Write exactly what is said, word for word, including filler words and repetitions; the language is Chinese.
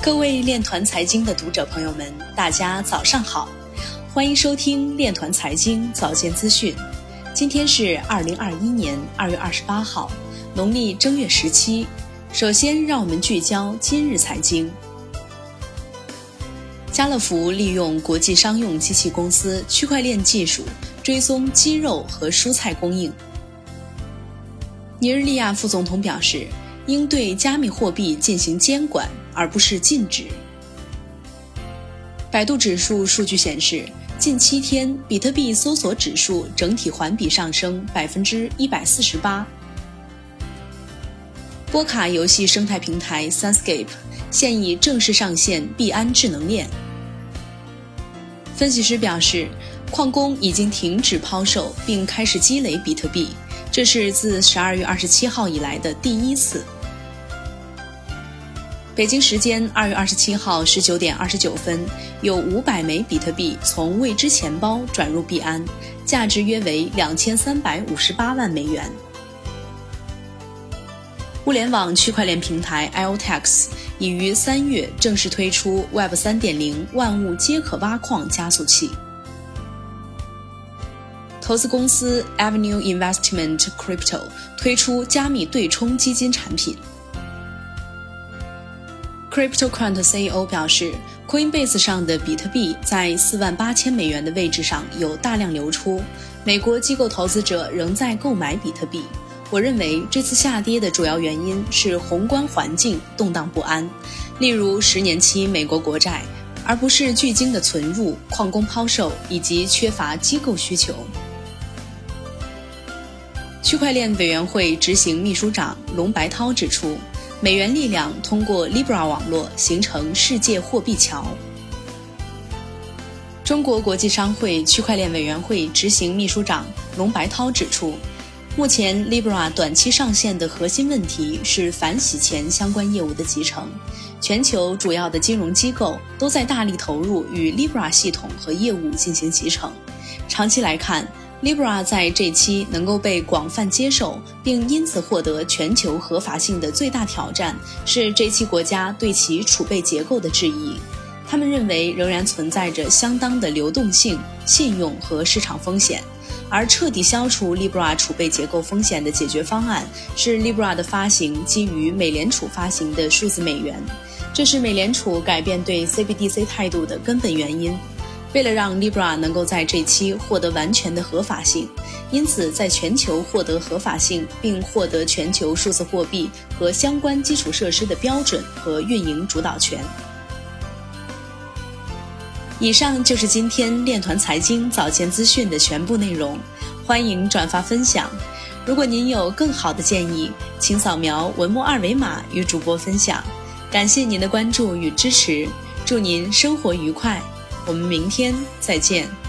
各位链团财经的读者朋友们，大家早上好，欢迎收听链团财经早间资讯。今天是二零二一年二月二十八号，农历正月十七。首先让我们聚焦今日财经。家乐福利用国际商用机器公司区块链技术追踪鸡肉和蔬菜供应。尼日利亚副总统表示，应对加密货币进行监管，而不是禁止。百度指数数据显示，近七天比特币搜索指数整体环比上升 百分之一百四十八。波卡游戏生态平台 Sunscape 现已正式上线币安智能链。分析师表示，矿工已经停止抛售并开始积累比特币，这是自十二月二十七号以来的第一次。北京时间二月二十七号十九点二十九分，有五百枚比特币从未知钱包转入币安，价值约为两千三百五十八万美元。物联网区块链平台 I O T E X 已于三月正式推出 Web 三点零 万物皆可挖矿加速器。投资公司 Avenue Investment Crypto 推出加密对冲基金产品。CryptoQuant C E O 表示， Coinbase 上的比特币在四万八千美元的位置上有大量流出，美国机构投资者仍在购买比特币。我认为这次下跌的主要原因是宏观环境动荡不安，例如十年期美国国债，而不是巨鲸的存入、矿工抛售以及缺乏机构需求。区块链委员会执行秘书长龙白涛指出，美元力量通过 Libra 网络形成世界货币桥。中国国际商会区块链委员会执行秘书长龙白涛指出，目前 Libra 短期上线的核心问题是反洗钱相关业务的集成，全球主要的金融机构都在大力投入与 Libra 系统和业务进行集成。长期来看， Libra 在这期能够被广泛接受并因此获得全球合法性的最大挑战是这期国家对其储备结构的质疑。他们认为仍然存在着相当的流动性、信用和市场风险，而彻底消除 Libra 储备结构风险的解决方案是 Libra 的发行基于美联储发行的数字美元，这是美联储改变对 C B D C 态度的根本原因。为了让 Libra 能够在这期获得完全的合法性，因此在全球获得合法性并获得全球数字货币和相关基础设施的标准和运营主导权。以上就是今天链团财经早间资讯的全部内容，欢迎转发分享。如果您有更好的建议，请扫描文末二维码与主播分享。感谢您的关注与支持，祝您生活愉快，我们明天再见。